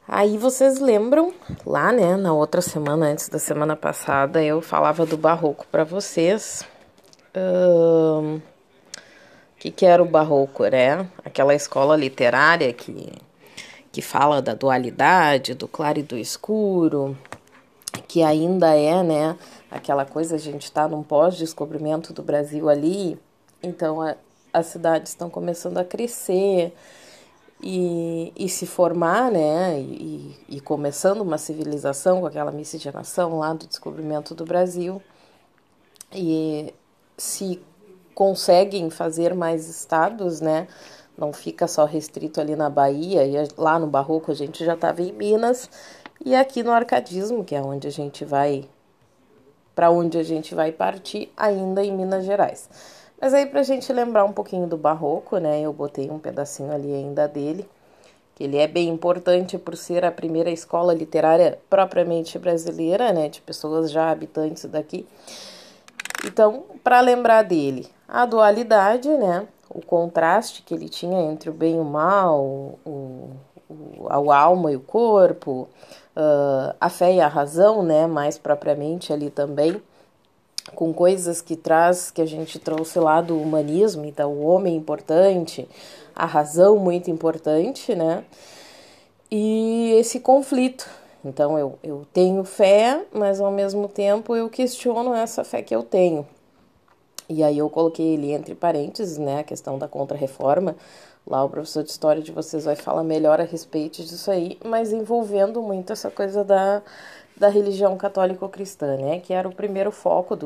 Aí vocês lembram, lá, né, na outra semana, antes da semana passada, eu falava do barroco para vocês. O que era o barroco, né? Aquela escola literária que fala da dualidade, do claro e do escuro, que ainda é, né, aquela coisa, a gente está num pós-descobrimento do Brasil ali, então as cidades estão começando a crescer e se formar, né, e começando uma civilização com aquela miscigenação lá do descobrimento do Brasil, e se conseguem fazer mais estados, né, não fica só restrito ali na Bahia, e lá no Barroco a gente já estava em Minas, e aqui no Arcadismo, que é onde a gente vai, para onde a gente vai partir, ainda em Minas Gerais. Mas aí pra gente lembrar um pouquinho do Barroco, né, eu botei um pedacinho ali ainda dele, que ele é bem importante por ser a primeira escola literária propriamente brasileira, né, de pessoas já habitantes daqui. Então, para lembrar dele, a dualidade, né, o contraste que ele tinha entre o bem e o mal, a alma e o corpo, a fé e a razão, né, mais propriamente ali também, com coisas que a gente trouxe lá do humanismo, então o homem importante, a razão muito importante, né, e esse conflito. Então eu tenho fé, mas ao mesmo tempo eu questiono essa fé que eu tenho. E aí eu coloquei ele entre parênteses, né, a questão da contra-reforma. Lá o professor de história de vocês vai falar melhor a respeito disso aí, mas envolvendo muito essa coisa da religião católico-cristã, né, que era o primeiro foco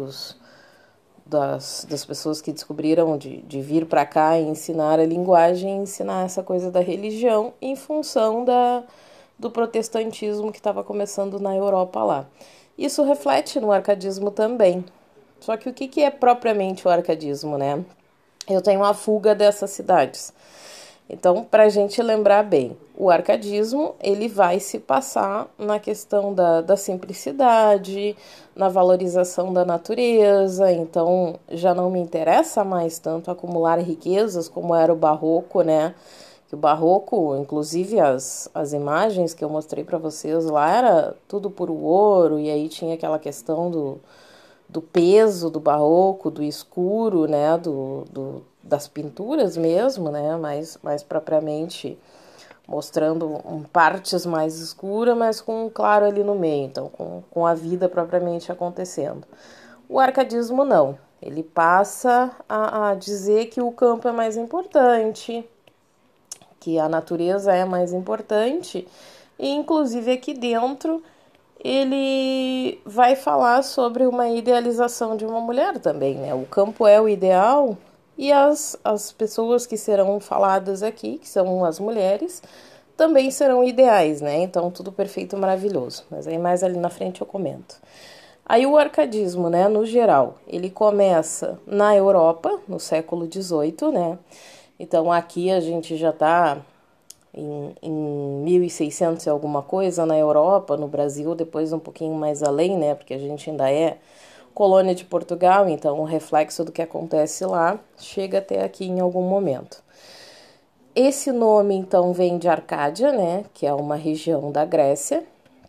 das pessoas que descobriram de vir para cá e ensinar a linguagem, ensinar essa coisa da religião em função do protestantismo que estava começando na Europa lá. Isso reflete no arcadismo também. Só que o que é propriamente o arcadismo, né? Eu tenho a fuga dessas cidades. Então, para a gente lembrar bem, o arcadismo ele vai se passar na questão da simplicidade, na valorização da natureza. Então, já não me interessa mais tanto acumular riquezas como era o barroco, né? Que o barroco, inclusive as imagens que eu mostrei para vocês lá, era tudo puro ouro, e aí tinha aquela questão do peso do barroco, do escuro, né, das pinturas mesmo, né, mais propriamente mostrando partes mais escuras, mas com um claro ali no meio, então com a vida propriamente acontecendo. O arcadismo não, ele passa a dizer que o campo é mais importante, que a natureza é mais importante, e inclusive aqui dentro ele vai falar sobre uma idealização de uma mulher também, né? O campo é o ideal e as pessoas que serão faladas aqui, que são as mulheres, também serão ideais, né? Então, tudo perfeito, maravilhoso. Mas aí mais ali na frente eu comento. Aí o arcadismo, né, no geral, ele começa na Europa, no século XVIII, né? Então, aqui a gente já está em 1600 e alguma coisa na Europa, no Brasil, depois um pouquinho mais além, né, porque a gente ainda é colônia de Portugal, então o reflexo do que acontece lá chega até aqui em algum momento. Esse nome, então, vem de Arcádia, né, que é uma região da Grécia.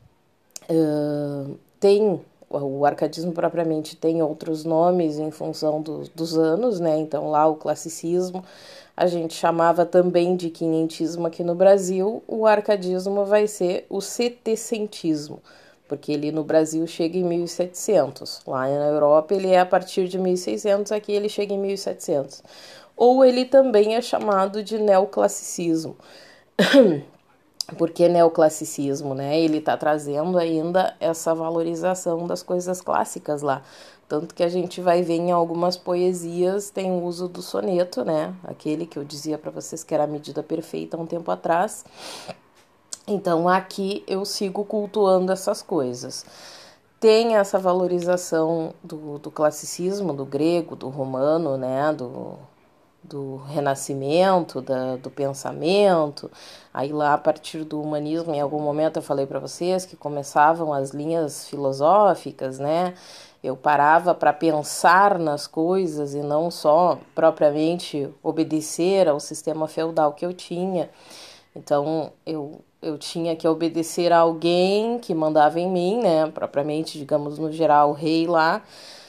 Tem o arcadismo propriamente tem outros nomes em função dos anos, né? Então lá o classicismo a gente chamava também de quinhentismo aqui no Brasil, o arcadismo vai ser o setecentismo, porque ele no Brasil chega em 1700, lá na Europa ele é a partir de 1600, aqui ele chega em 1700. Ou ele também é chamado de neoclassicismo. Porque neoclassicismo, né? Ele está trazendo ainda essa valorização das coisas clássicas lá. Tanto que a gente vai ver em algumas poesias tem o uso do soneto, né? Aquele que eu dizia para vocês que era a medida perfeita há um tempo atrás. Então aqui eu sigo cultuando essas coisas. Tem essa valorização do classicismo, do grego, do romano, né? Do renascimento, do pensamento. Aí lá a partir do humanismo, em algum momento eu falei para vocês que começavam as linhas filosóficas, né? Eu parava para pensar nas coisas e não só propriamente obedecer ao sistema feudal que eu tinha. Então eu eu tinha que obedecer a alguém que mandava em mim, né? Propriamente, digamos, no geral, o rei lá.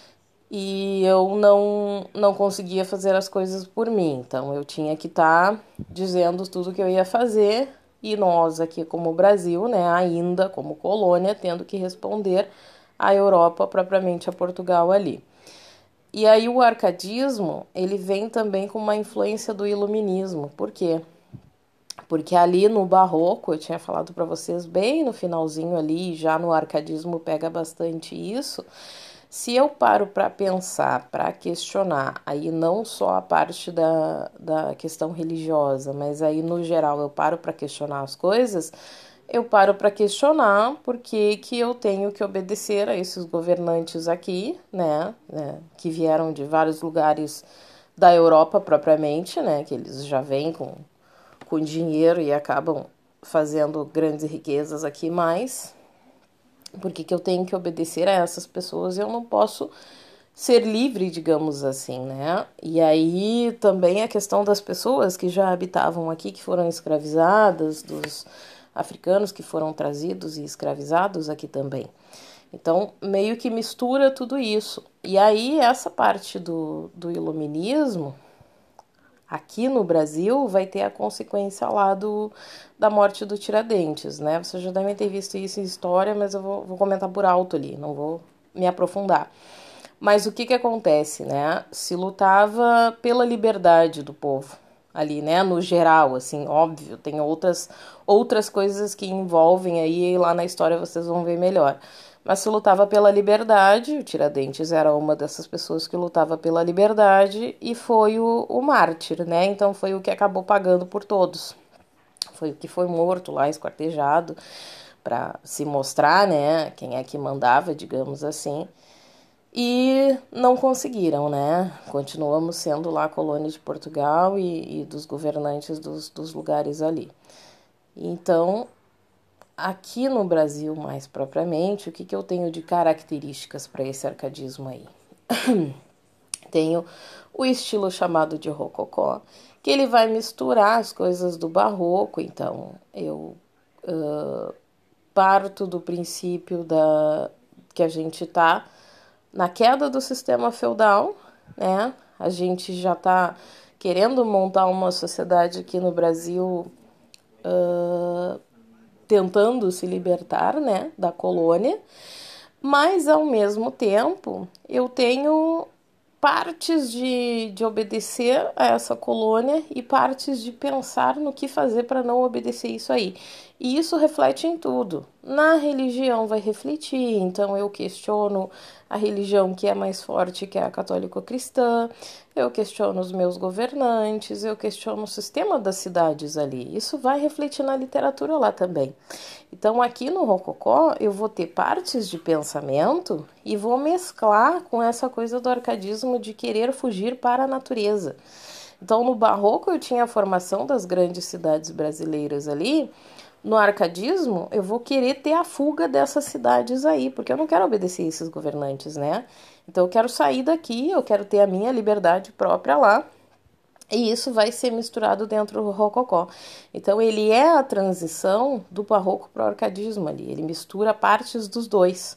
E eu não conseguia fazer as coisas por mim. Então, eu tinha que estar dizendo tudo que eu ia fazer. E nós aqui como Brasil, né, ainda como colônia, tendo que responder à Europa, propriamente a Portugal ali. E aí o arcadismo, ele vem também com uma influência do iluminismo. Por quê? Porque ali no barroco, eu tinha falado para vocês bem no finalzinho ali, já no arcadismo pega bastante isso. Se eu paro para pensar, para questionar, aí não só a parte da questão religiosa, mas aí no geral eu paro para questionar as coisas, eu paro para questionar por que que eu tenho que obedecer a esses governantes aqui, né, que vieram de vários lugares da Europa propriamente, né, que eles já vêm com dinheiro e acabam fazendo grandes riquezas aqui, mas por que que eu tenho que obedecer a essas pessoas? Eu não posso ser livre, digamos assim, né? E aí também a questão das pessoas que já habitavam aqui, que foram escravizadas, dos africanos que foram trazidos e escravizados aqui também. Então, meio que mistura tudo isso. E aí, essa parte do iluminismo, aqui no Brasil, vai ter a consequência lá da morte do Tiradentes, né? Vocês já devem ter visto isso em história, mas eu vou comentar por alto ali, não vou me aprofundar. Mas o que que acontece, né? Se lutava pela liberdade do povo ali, né? No geral, assim, óbvio, tem outras coisas que envolvem aí, lá na história vocês vão ver melhor. Mas se lutava pela liberdade, o Tiradentes era uma dessas pessoas que lutava pela liberdade e foi o mártir, né? Então foi o que acabou pagando por todos. Foi o que foi morto lá, esquartejado, para se mostrar, né? Quem é que mandava, digamos assim. E não conseguiram, né? Continuamos sendo lá colônia de Portugal e dos governantes dos lugares ali. Então, aqui no Brasil, mais propriamente, o que que eu tenho de características para esse arcadismo aí? Tenho o estilo chamado de rococó, que ele vai misturar as coisas do barroco, então eu parto do princípio que a gente tá na queda do sistema feudal, né? A gente já está querendo montar uma sociedade aqui no Brasil, tentando se libertar, né, da colônia, mas ao mesmo tempo eu tenho partes de obedecer a essa colônia e partes de pensar no que fazer para não obedecer isso aí. E isso reflete em tudo. Na religião vai refletir, então eu questiono a religião que é mais forte, que é a católico-cristã, eu questiono os meus governantes, eu questiono o sistema das cidades ali. Isso vai refletir na literatura lá também. Então, aqui no Rococó, eu vou ter partes de pensamento e vou mesclar com essa coisa do arcadismo de querer fugir para a natureza. Então, no Barroco, eu tinha a formação das grandes cidades brasileiras ali. No arcadismo, eu vou querer ter a fuga dessas cidades aí, porque eu não quero obedecer esses governantes, né? Então, eu quero sair daqui, eu quero ter a minha liberdade própria lá. E isso vai ser misturado dentro do rococó. Então, ele é a transição do barroco para o arcadismo ali. Ele mistura partes dos dois.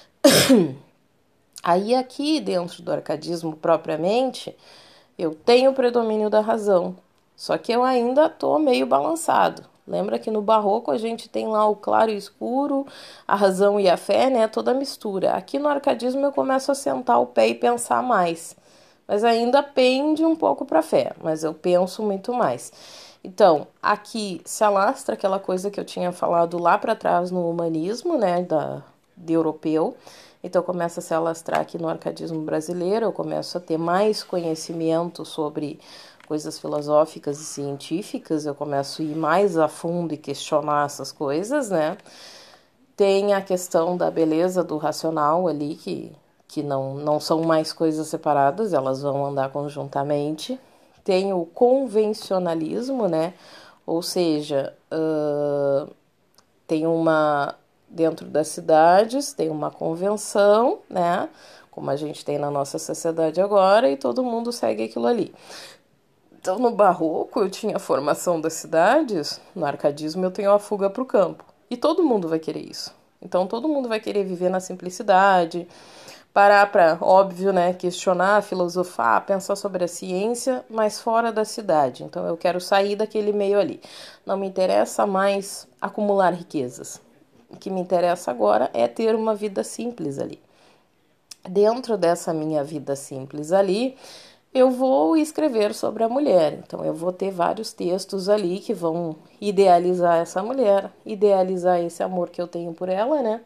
Aí, aqui dentro do arcadismo propriamente, eu tenho o predomínio da razão. Só que eu ainda estou meio balançado. Lembra que no barroco a gente tem lá o claro e o escuro, a razão e a fé, né? Toda a mistura. Aqui no arcadismo eu começo a sentar o pé e pensar mais. Mas ainda pende um pouco para a fé, mas eu penso muito mais. Então, aqui se alastra aquela coisa que eu tinha falado lá para trás no humanismo, né, de europeu. Então, começa a se alastrar aqui no arcadismo brasileiro, eu começo a ter mais conhecimento sobre coisas filosóficas e científicas, eu começo a ir mais a fundo e questionar essas coisas, né? Tem a questão da beleza do racional ali, que não são mais coisas separadas, elas vão andar conjuntamente. Tem o convencionalismo, né? Ou seja, tem uma... Dentro das cidades, tem uma convenção, né? Como a gente tem na nossa sociedade agora, e todo mundo segue aquilo ali. Então, no barroco, eu tinha a formação das cidades, no arcadismo, eu tenho a fuga para o campo. E todo mundo vai querer isso. Então, todo mundo vai querer viver na simplicidade, parar para, óbvio, né, questionar, filosofar, pensar sobre a ciência, mas fora da cidade. Então, eu quero sair daquele meio ali. Não me interessa mais acumular riquezas. O que me interessa agora é ter uma vida simples ali. Dentro dessa minha vida simples ali, eu vou escrever sobre a mulher. Então, eu vou ter vários textos ali que vão idealizar essa mulher, idealizar esse amor que eu tenho por ela, né?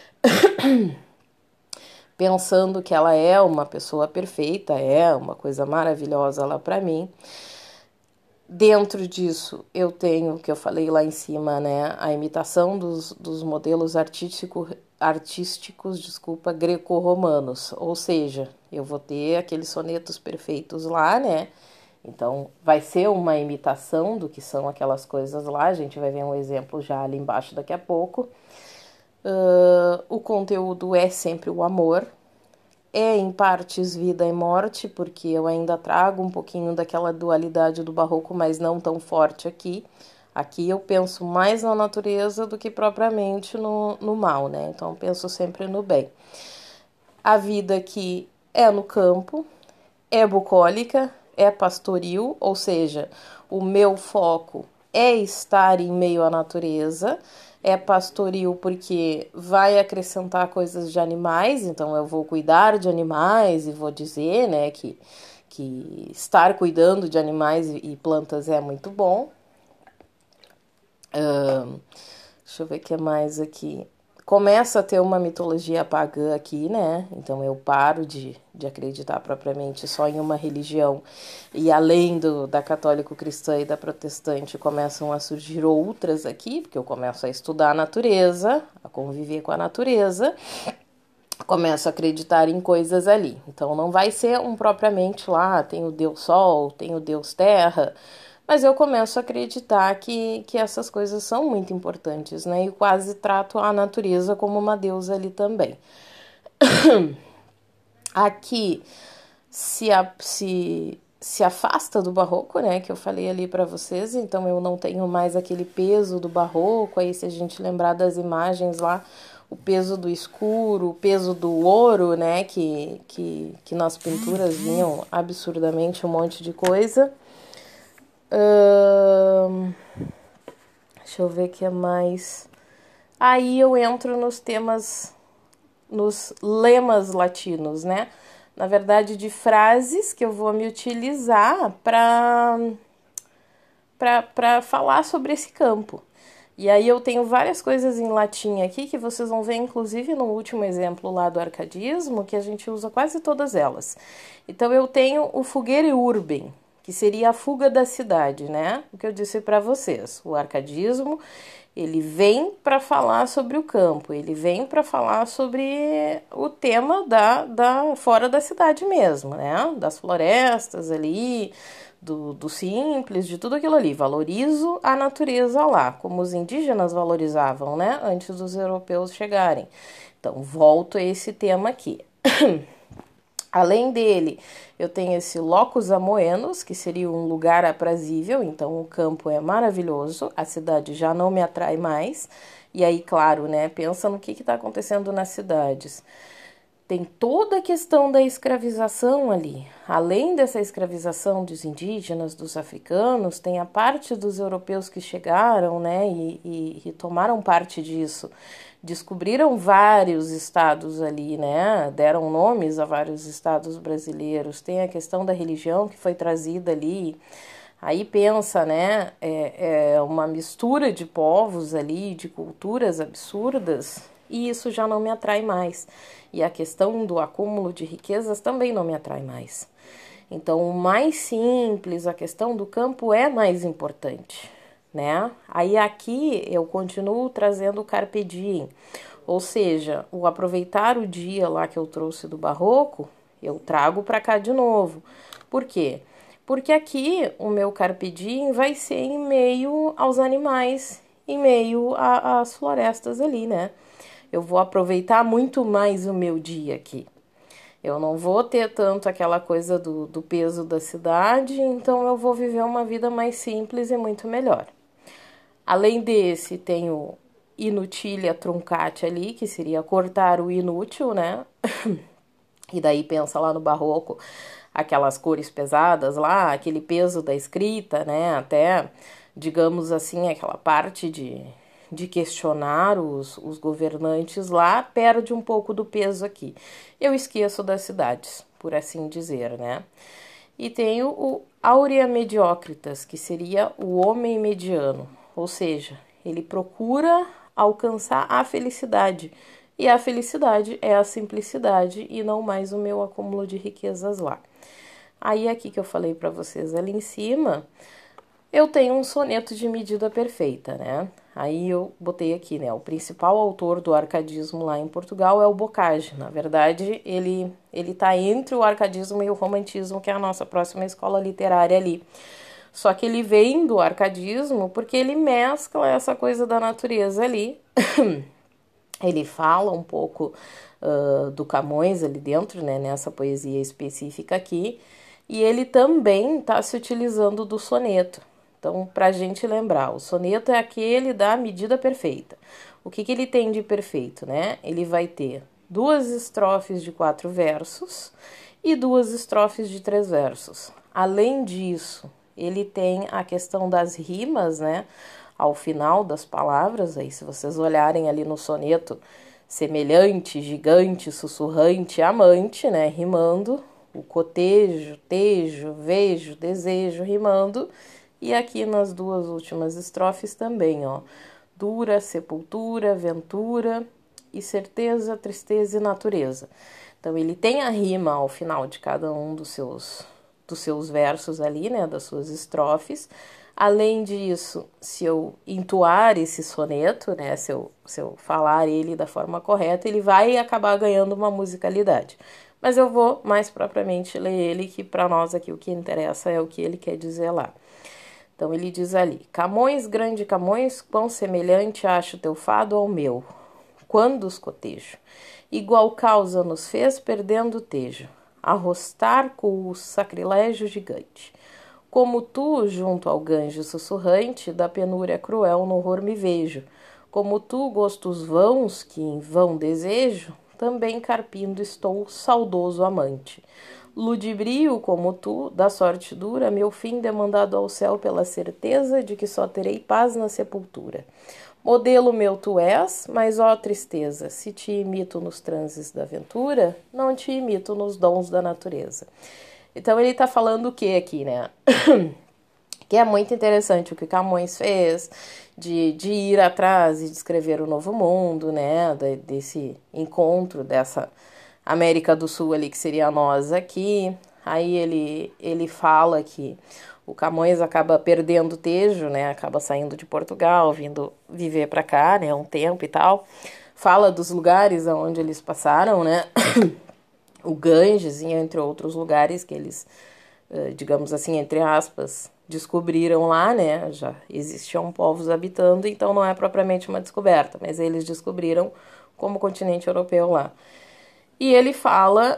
Pensando que ela é uma pessoa perfeita, é uma coisa maravilhosa lá para mim. Dentro disso, eu tenho, que eu falei lá em cima, né, a imitação dos modelos artísticos, greco-romanos. Ou seja, eu vou ter aqueles sonetos perfeitos lá, né? Então, vai ser uma imitação do que são aquelas coisas lá. A gente vai ver um exemplo já ali embaixo daqui a pouco. O conteúdo é sempre o amor. É em partes vida e morte, porque eu ainda trago um pouquinho daquela dualidade do barroco, mas não tão forte aqui. Aqui eu penso mais na natureza do que propriamente no mal, né? Então eu penso sempre no bem. A vida aqui é no campo, é bucólica, é pastoril, ou seja, o meu foco é estar em meio à natureza. É pastoril porque vai acrescentar coisas de animais, então eu vou cuidar de animais e vou dizer, né, que estar cuidando de animais e plantas é muito bom. Deixa eu ver o que mais aqui. Começa a ter uma mitologia pagã aqui, né? Então eu paro de acreditar propriamente só em uma religião. E além da católico-cristã e da protestante, começam a surgir outras aqui, porque eu começo a estudar a natureza, a conviver com a natureza, começo a acreditar em coisas ali. Então não vai ser propriamente lá, tem o Deus Sol, tem o Deus Terra, mas eu começo a acreditar que essas coisas são muito importantes, né? E quase trato a natureza como uma deusa ali também. Aqui se afasta do barroco, né? Que eu falei ali para vocês, então eu não tenho mais aquele peso do barroco. Aí, se a gente lembrar das imagens lá, o peso do escuro, o peso do ouro, né? Que nas pinturas vinham absurdamente um monte de coisa. Deixa eu ver o que é mais. Aí eu entro nos temas, nos lemas latinos, né? Na verdade, de frases que eu vou me utilizar para falar sobre esse campo. E aí eu tenho várias coisas em latim aqui que vocês vão ver, inclusive no último exemplo lá do arcadismo, que a gente usa quase todas elas. Então eu tenho o fugere urbem, que seria a fuga da cidade, né? O que eu disse para vocês. O arcadismo, ele vem para falar sobre o campo, ele vem para falar sobre o tema da fora da cidade mesmo, né? Das florestas ali, do simples, de tudo aquilo ali. Valorizo a natureza lá, como os indígenas valorizavam, né? Antes dos europeus chegarem. Então, volto a esse tema aqui. Além dele, eu tenho esse locus amoenos, que seria um lugar aprazível, então o campo é maravilhoso, a cidade já não me atrai mais. E aí, claro, né, pensa no que está acontecendo nas cidades. Tem toda a questão da escravização ali. Além dessa escravização dos indígenas, dos africanos, tem a parte dos europeus que chegaram, né, e tomaram parte disso. Descobriram vários estados ali, né? Deram nomes a vários estados brasileiros. Tem a questão da religião que foi trazida ali. Aí pensa, né? É uma mistura de povos ali, de culturas absurdas, e isso já não me atrai mais. E a questão do acúmulo de riquezas também não me atrai mais. Então, o mais simples, a questão do campo é mais importante, né? Aí aqui eu continuo trazendo o carpe diem, ou seja, o aproveitar o dia lá que eu trouxe do barroco, eu trago para cá de novo. Por quê? Porque aqui o meu carpe diem vai ser em meio aos animais, em meio às florestas ali, né? Eu vou aproveitar muito mais o meu dia aqui. Eu não vou ter tanto aquela coisa do peso da cidade, então eu vou viver uma vida mais simples e muito melhor. Além desse, tem o inutilia truncate ali, que seria cortar o inútil, né? E daí pensa lá no barroco, aquelas cores pesadas lá, aquele peso da escrita, né? Até, digamos assim, aquela parte de questionar os governantes lá perde um pouco do peso aqui. Eu esqueço das cidades, por assim dizer, né? E tenho o Aurea Mediocritas, que seria o homem mediano, ou seja, ele procura alcançar a felicidade. E a felicidade é a simplicidade e não mais o meu acúmulo de riquezas lá. Aí aqui que eu falei para vocês ali em cima, eu tenho um soneto de medida perfeita, né? Aí eu botei aqui, né? O principal autor do arcadismo lá em Portugal é o Bocage. Na verdade, ele tá entre o arcadismo e o romantismo, que é a nossa próxima escola literária ali. Só que ele vem do arcadismo porque ele mescla essa coisa da natureza ali. Ele fala um pouco do Camões ali dentro, né? Nessa poesia específica aqui. E ele também está se utilizando do soneto. Então, para a gente lembrar, o soneto é aquele da medida perfeita. O que ele tem de perfeito, né? Ele vai ter 2 estrofes de 4 versos e 2 estrofes de 3 versos. Além disso, ele tem a questão das rimas, né? Ao final das palavras, aí se vocês olharem ali no soneto, semelhante, gigante, sussurrante, amante, né? Rimando, o cotejo, tejo, vejo, desejo, rimando. E aqui nas 2 últimas estrofes também, ó. Dura, sepultura, ventura e certeza, tristeza e natureza. Então ele tem a rima ao final de cada um dos seus versos ali, né, das suas estrofes. Além disso, se eu entoar esse soneto, né, se eu falar ele da forma correta, ele vai acabar ganhando uma musicalidade. Mas eu vou mais propriamente ler ele, que para nós aqui o que interessa é o que ele quer dizer lá. Então ele diz ali: Camões, grande Camões, quão semelhante acho teu fado ao meu, quando os cotejo. Igual causa nos fez perdendo o tejo, arrostar com o sacrilégio gigante. Como tu, junto ao ganjo sussurrante, da penúria cruel no horror me vejo. Como tu, gostos vãos, que em vão desejo, também carpindo estou, saudoso amante. Ludibrio como tu, da sorte dura, meu fim demandado ao céu pela certeza de que só terei paz na sepultura. Modelo meu tu és, mas ó tristeza, se te imito nos transes da aventura, não te imito nos dons da natureza. Então ele tá falando o que aqui, né? Que é muito interessante o que Camões fez, de ir atrás e de escrever o Novo Mundo, né? Desse encontro dessa América do Sul ali, que seria nós aqui. Aí ele fala que o Camões acaba perdendo o Tejo, né? Acaba saindo de Portugal, vindo viver para cá, né? Um tempo e tal. Fala dos lugares aonde eles passaram, né? O Ganges, entre outros lugares que eles, digamos assim, entre aspas, descobriram lá, né? Já existiam povos habitando, então não é propriamente uma descoberta, mas eles descobriram como continente europeu lá. E ele fala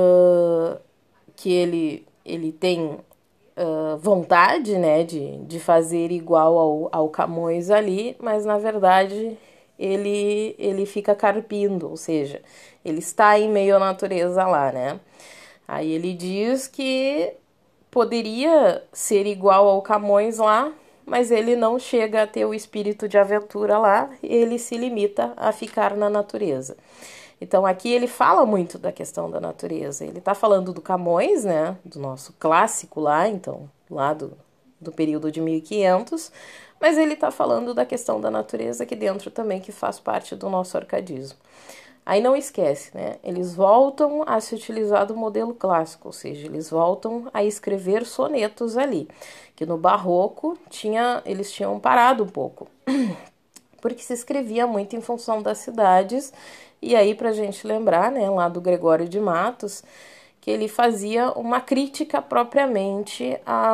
que ele tem vontade, né, de fazer igual ao Camões ali, mas na verdade ele fica carpindo, ou seja, ele está em meio à natureza lá, né? Aí ele diz que poderia ser igual ao Camões lá, mas ele não chega a ter o espírito de aventura lá, ele se limita a ficar na natureza. Então aqui ele fala muito da questão da natureza. Ele está falando do Camões, né, do nosso clássico lá, então, lá do período de 1500, mas ele está falando da questão da natureza aqui dentro também, que faz parte do nosso arcadismo. Aí não esquece, né, eles voltam a se utilizar do modelo clássico, ou seja, eles voltam a escrever sonetos ali, que no barroco eles tinham parado um pouco, porque se escrevia muito em função das cidades. E aí, para a gente lembrar, né, lá do Gregório de Matos, que ele fazia uma crítica propriamente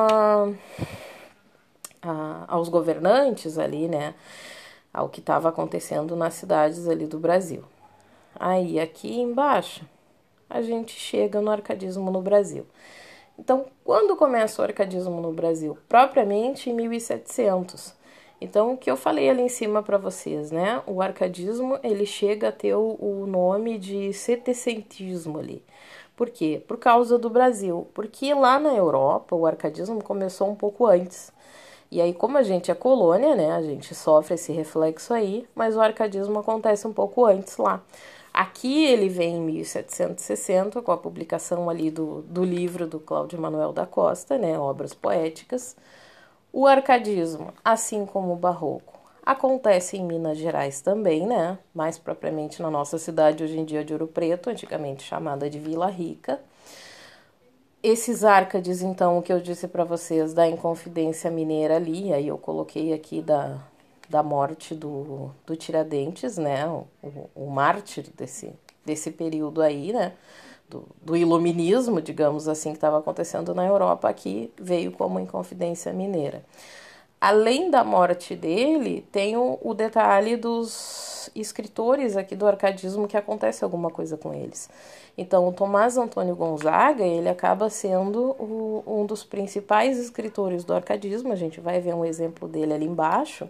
aos governantes ali, né, ao que estava acontecendo nas cidades ali do Brasil. Aí, aqui embaixo, a gente chega no arcadismo no Brasil. Então, quando começa o arcadismo no Brasil? Propriamente em 1700. Então, o que eu falei ali em cima para vocês, né? O arcadismo, ele chega a ter o nome de setecentismo ali. Por quê? Por causa do Brasil. Porque lá na Europa, o arcadismo começou um pouco antes. E aí, como a gente é colônia, né? A gente sofre esse reflexo aí, mas o arcadismo acontece um pouco antes lá. Aqui ele vem em 1760, com a publicação ali do livro do Cláudio Manuel da Costa, né, Obras Poéticas. O arcadismo, assim como o barroco, acontece em Minas Gerais também, né, mais propriamente na nossa cidade hoje em dia de Ouro Preto, antigamente chamada de Vila Rica. Esses arcades, então, o que eu disse para vocês da Inconfidência Mineira ali, aí eu coloquei aqui da morte do Tiradentes, né, o mártir desse período aí, né, do iluminismo, digamos assim, que estava acontecendo na Europa, aqui veio como Inconfidência Mineira. Além da morte dele, tem o detalhe dos escritores aqui do arcadismo, que acontece alguma coisa com eles. Então, o Tomás Antônio Gonzaga, ele acaba sendo um dos principais escritores do arcadismo, a gente vai ver um exemplo dele ali embaixo,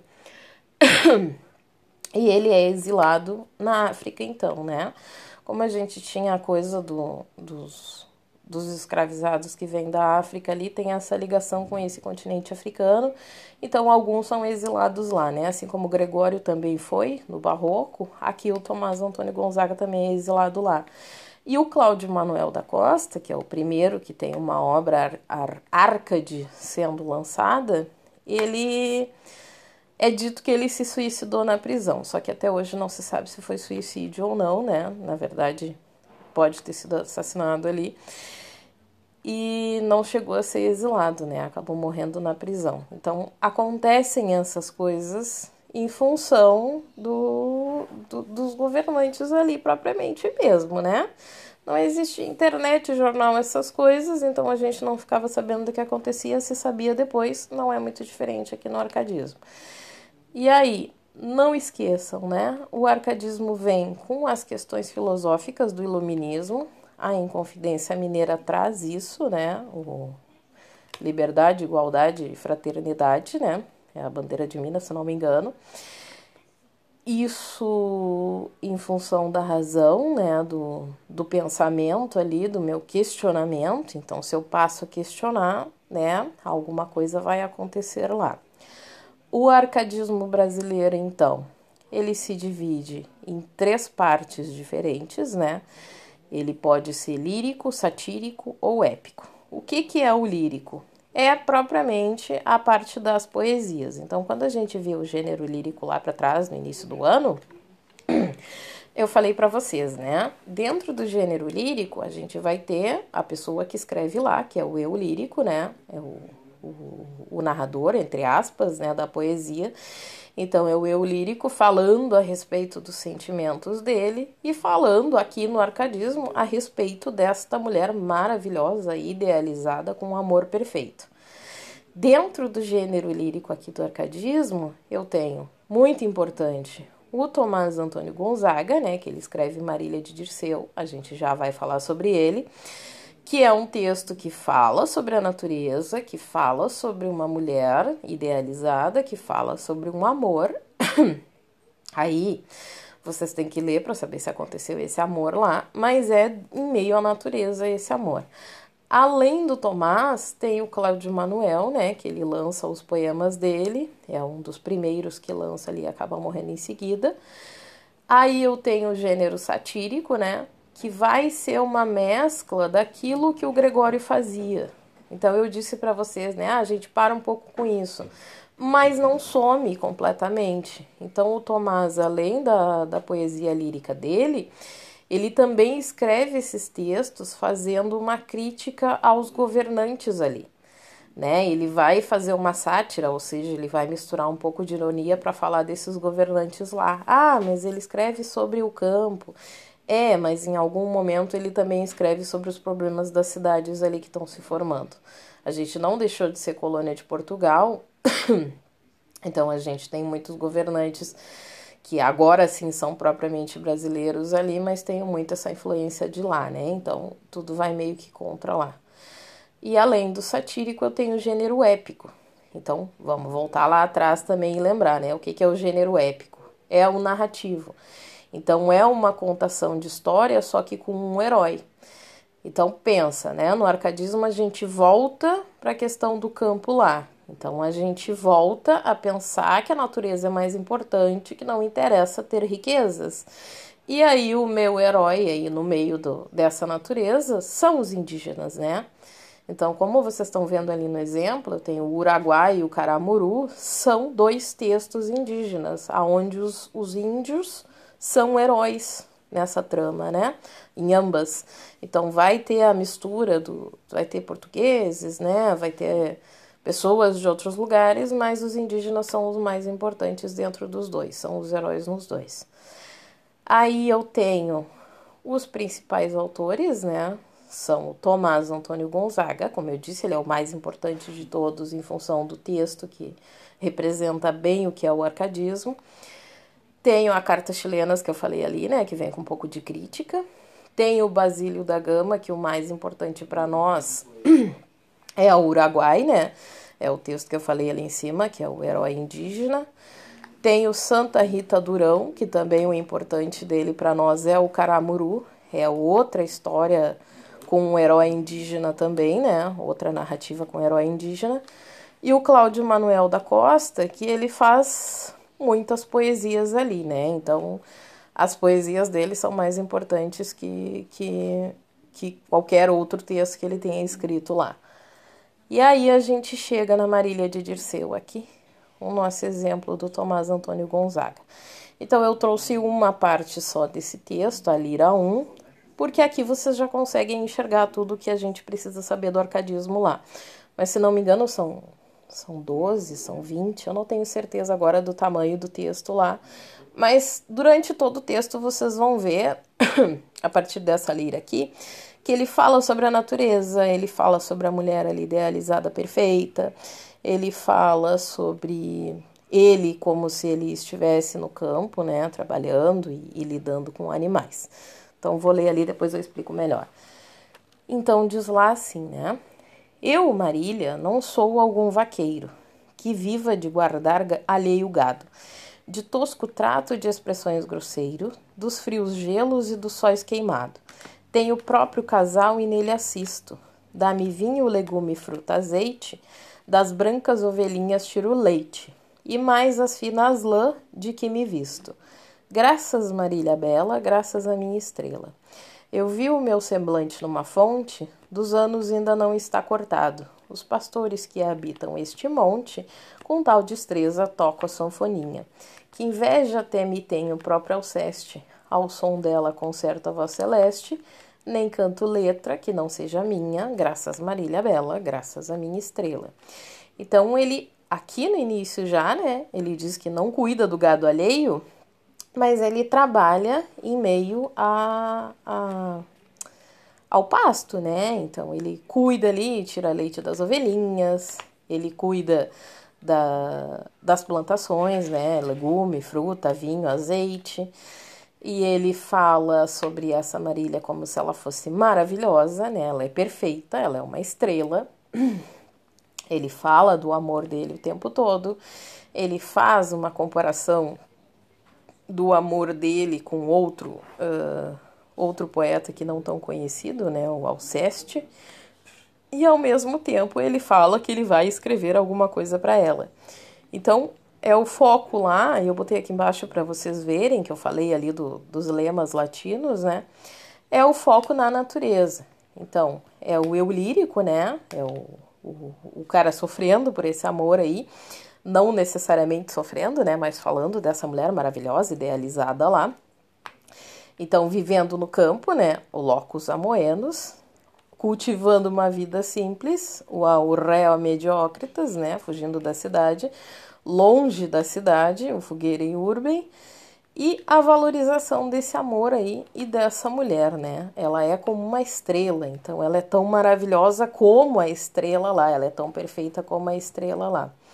e ele é exilado na África, então, né? Como a gente tinha a coisa dos escravizados que vêm da África ali, tem essa ligação com esse continente africano, então alguns são exilados lá, né? Assim como Gregório também foi, no Barroco, aqui o Tomás Antônio Gonzaga também é exilado lá. E o Cláudio Manuel da Costa, que é o primeiro que tem uma obra Arcade sendo lançada, ele é dito que ele se suicidou na prisão, só que até hoje não se sabe se foi suicídio ou não, né? Na verdade, pode ter sido assassinado ali. E não chegou a ser exilado, né? Acabou morrendo na prisão. Então, acontecem essas coisas em função dos governantes ali propriamente mesmo, né? Não existia internet, jornal, essas coisas, então a gente não ficava sabendo do que acontecia, se sabia depois, não é muito diferente aqui no arcadismo. E aí, não esqueçam, né? O arcadismo vem com as questões filosóficas do iluminismo, a Inconfidência Mineira traz isso, né? Liberdade, igualdade e fraternidade, né? É a bandeira de Minas, se não me engano. Isso em função da razão, né? Do pensamento ali, do meu questionamento. Então, se eu passo a questionar, né? Alguma coisa vai acontecer lá. O arcadismo brasileiro, então, ele se divide em 3 partes diferentes, né? Ele pode ser lírico, satírico ou épico. O que é o lírico? É propriamente a parte das poesias. Então, quando a gente vê o gênero lírico lá para trás, no início do ano, eu falei para vocês, né? Dentro do gênero lírico, a gente vai ter a pessoa que escreve lá, que é o eu lírico, né? É o narrador, entre aspas, né, da poesia. Então, é o eu lírico falando a respeito dos sentimentos dele e falando aqui no arcadismo a respeito desta mulher maravilhosa, idealizada com um amor perfeito. Dentro do gênero lírico aqui do arcadismo, eu tenho, muito importante, o Tomás Antônio Gonzaga, né, que ele escreve Marília de Dirceu, a gente já vai falar sobre ele, que é um texto que fala sobre a natureza, que fala sobre uma mulher idealizada, que fala sobre um amor. Aí vocês têm que ler para saber se aconteceu esse amor lá, mas é em meio à natureza esse amor. Além do Tomás, tem o Cláudio Manuel, né, que ele lança os poemas dele, é um dos primeiros que lança ali e acaba morrendo em seguida. Aí eu tenho o gênero satírico, né, que vai ser uma mescla daquilo que o Gregório fazia. Então eu disse para vocês, né, a gente para um pouco com isso, mas não some completamente. Então o Tomás, além da poesia lírica dele, ele também escreve esses textos fazendo uma crítica aos governantes ali, né? Ele vai fazer uma sátira, ou seja, ele vai misturar um pouco de ironia para falar desses governantes lá. Ah, mas ele escreve sobre o campo. É, mas em algum momento ele também escreve sobre os problemas das cidades ali que estão se formando. A gente não deixou de ser colônia de Portugal, então a gente tem muitos governantes que agora sim são propriamente brasileiros ali, mas tem muito essa influência de lá, né? Então tudo vai meio que contra lá. E além do satírico, eu tenho o gênero épico. Então vamos voltar lá atrás também e lembrar, né? O que é o gênero épico? É o narrativo. Então é uma contação de história, só que com um herói. Então pensa, né? No arcadismo a gente volta para a questão do campo lá. Então a gente volta a pensar que a natureza é mais importante, que não interessa ter riquezas. E aí o meu herói aí no meio dessa natureza são os indígenas, né? Então, como vocês estão vendo ali no exemplo, eu tenho o Uraguai e o Caramuru, são dois textos indígenas, aonde os índios são heróis nessa trama, né? Em ambas. Então vai ter a mistura vai ter portugueses, né? Vai ter pessoas de outros lugares, mas os indígenas são os mais importantes dentro dos dois, são os heróis nos dois. Aí eu tenho os principais autores, né? São o Tomás Antônio Gonzaga, como eu disse, ele é o mais importante de todos em função do texto que representa bem o que é o arcadismo. Tenho a Cartas Chilenas, que eu falei ali, né, que vem com um pouco de crítica. Tenho o Basílio da Gama, que o mais importante para nós é o Uraguai, né? É o texto que eu falei ali em cima, que é o herói indígena. Tenho Santa Rita Durão, que também o importante dele para nós é o Caramuru, é outra história com um herói indígena também, né? Outra narrativa com um herói indígena. E o Cláudio Manuel da Costa, que ele faz muitas poesias ali, né? Então, as poesias dele são mais importantes que qualquer outro texto que ele tenha escrito lá. E aí a gente chega na Marília de Dirceu aqui, o nosso exemplo do Tomás Antônio Gonzaga. Então, eu trouxe uma parte só desse texto, a Lira 1, porque aqui vocês já conseguem enxergar tudo que a gente precisa saber do arcadismo lá. Mas, se não me engano, são 12, são 20, eu não tenho certeza agora do tamanho do texto lá. Mas, durante todo o texto, vocês vão ver, a partir dessa lira aqui, que ele fala sobre a natureza, ele fala sobre a mulher ali idealizada perfeita, ele fala sobre ele como se ele estivesse no campo, né, trabalhando e lidando com animais. Então, vou ler ali, depois eu explico melhor. Então, diz lá assim, né? Eu, Marília, não sou algum vaqueiro que viva de guardar alheio gado, de tosco trato de expressões grosseiro, dos frios gelos e dos sóis queimado. Tenho o próprio casal e nele assisto. Dá-me vinho, legume, fruta, azeite, das brancas ovelhinhas tiro leite, e mais as finas lã de que me visto. Graças, Marília Bela, graças à minha estrela. Eu vi o meu semblante numa fonte, dos anos ainda não está cortado. Os pastores que habitam este monte, com tal destreza tocam a sanfoninha. Que inveja até me tem o próprio Alceste, ao som dela concerto a voz celeste, nem canto letra que não seja minha, graças Marília Bela, graças à minha estrela. Então ele, aqui no início já, né, ele diz que não cuida do gado alheio, mas ele trabalha em meio ao pasto, né? Então ele cuida ali, tira leite das ovelhinhas, ele cuida das plantações, né? Legume, fruta, vinho, azeite. E ele fala sobre essa Marília como se ela fosse maravilhosa, né? Ela é perfeita, ela é uma estrela. Ele fala do amor dele o tempo todo. Ele faz uma comparação do amor dele com outro poeta que não tão conhecido, né, o Alceste, e ao mesmo tempo ele fala que ele vai escrever alguma coisa para ela. Então é o foco lá, eu botei aqui embaixo para vocês verem, que eu falei ali dos lemas latinos, né, é o foco na natureza. Então é o eu lírico, né, é o cara sofrendo por esse amor aí, não necessariamente sofrendo, né, mas falando dessa mulher maravilhosa, idealizada lá. Então, vivendo no campo, né, o locus amoenus, cultivando uma vida simples, o reo mediocritas, né, fugindo da cidade, longe da cidade, o fogueirem urbem, e a valorização desse amor aí e dessa mulher, né? Ela é como uma estrela, então ela é tão maravilhosa como a estrela lá, ela é tão perfeita como a estrela lá.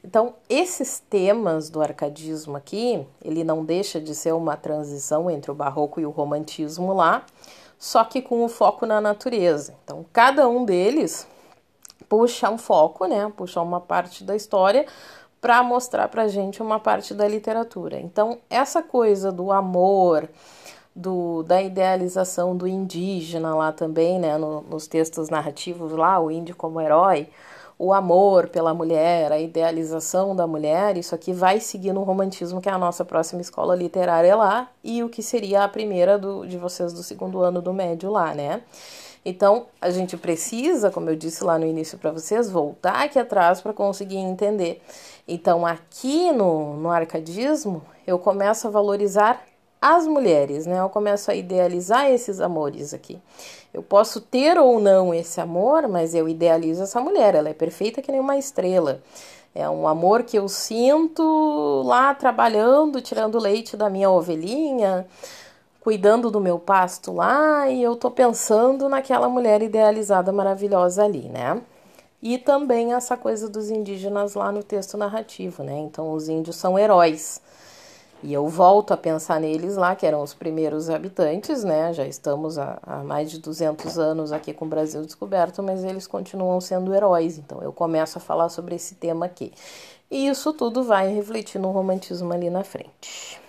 Então, esses temas do arcadismo aqui, ele não deixa de ser uma transição entre o barroco e o romantismo lá, só que com o foco na natureza. Então, cada um deles puxa um foco, né? Puxa uma parte da história para mostrar pra gente uma parte da literatura. Então, essa coisa do amor, da idealização do indígena lá também, né? Nos textos narrativos lá, o índio como herói, o amor pela mulher, a idealização da mulher, isso aqui vai seguir no romantismo, que é a nossa próxima escola literária lá, e o que seria a primeira de vocês do segundo ano do médio lá, né? Então, a gente precisa, como eu disse lá no início para vocês, voltar aqui atrás para conseguir entender. Então, aqui no arcadismo, eu começo a valorizar as mulheres, né? Eu começo a idealizar esses amores aqui. Eu posso ter ou não esse amor, mas eu idealizo essa mulher. Ela é perfeita que nem uma estrela. É um amor que eu sinto lá trabalhando, tirando leite da minha ovelhinha, cuidando do meu pasto lá, e eu tô pensando naquela mulher idealizada maravilhosa ali, né? E também essa coisa dos indígenas lá no texto narrativo, né? Então os índios são heróis. E eu volto a pensar neles lá, que eram os primeiros habitantes, né? Já estamos há mais de 200 anos aqui com o Brasil descoberto, mas eles continuam sendo heróis. Então eu começo a falar sobre esse tema aqui. E isso tudo vai refletir no romantismo ali na frente.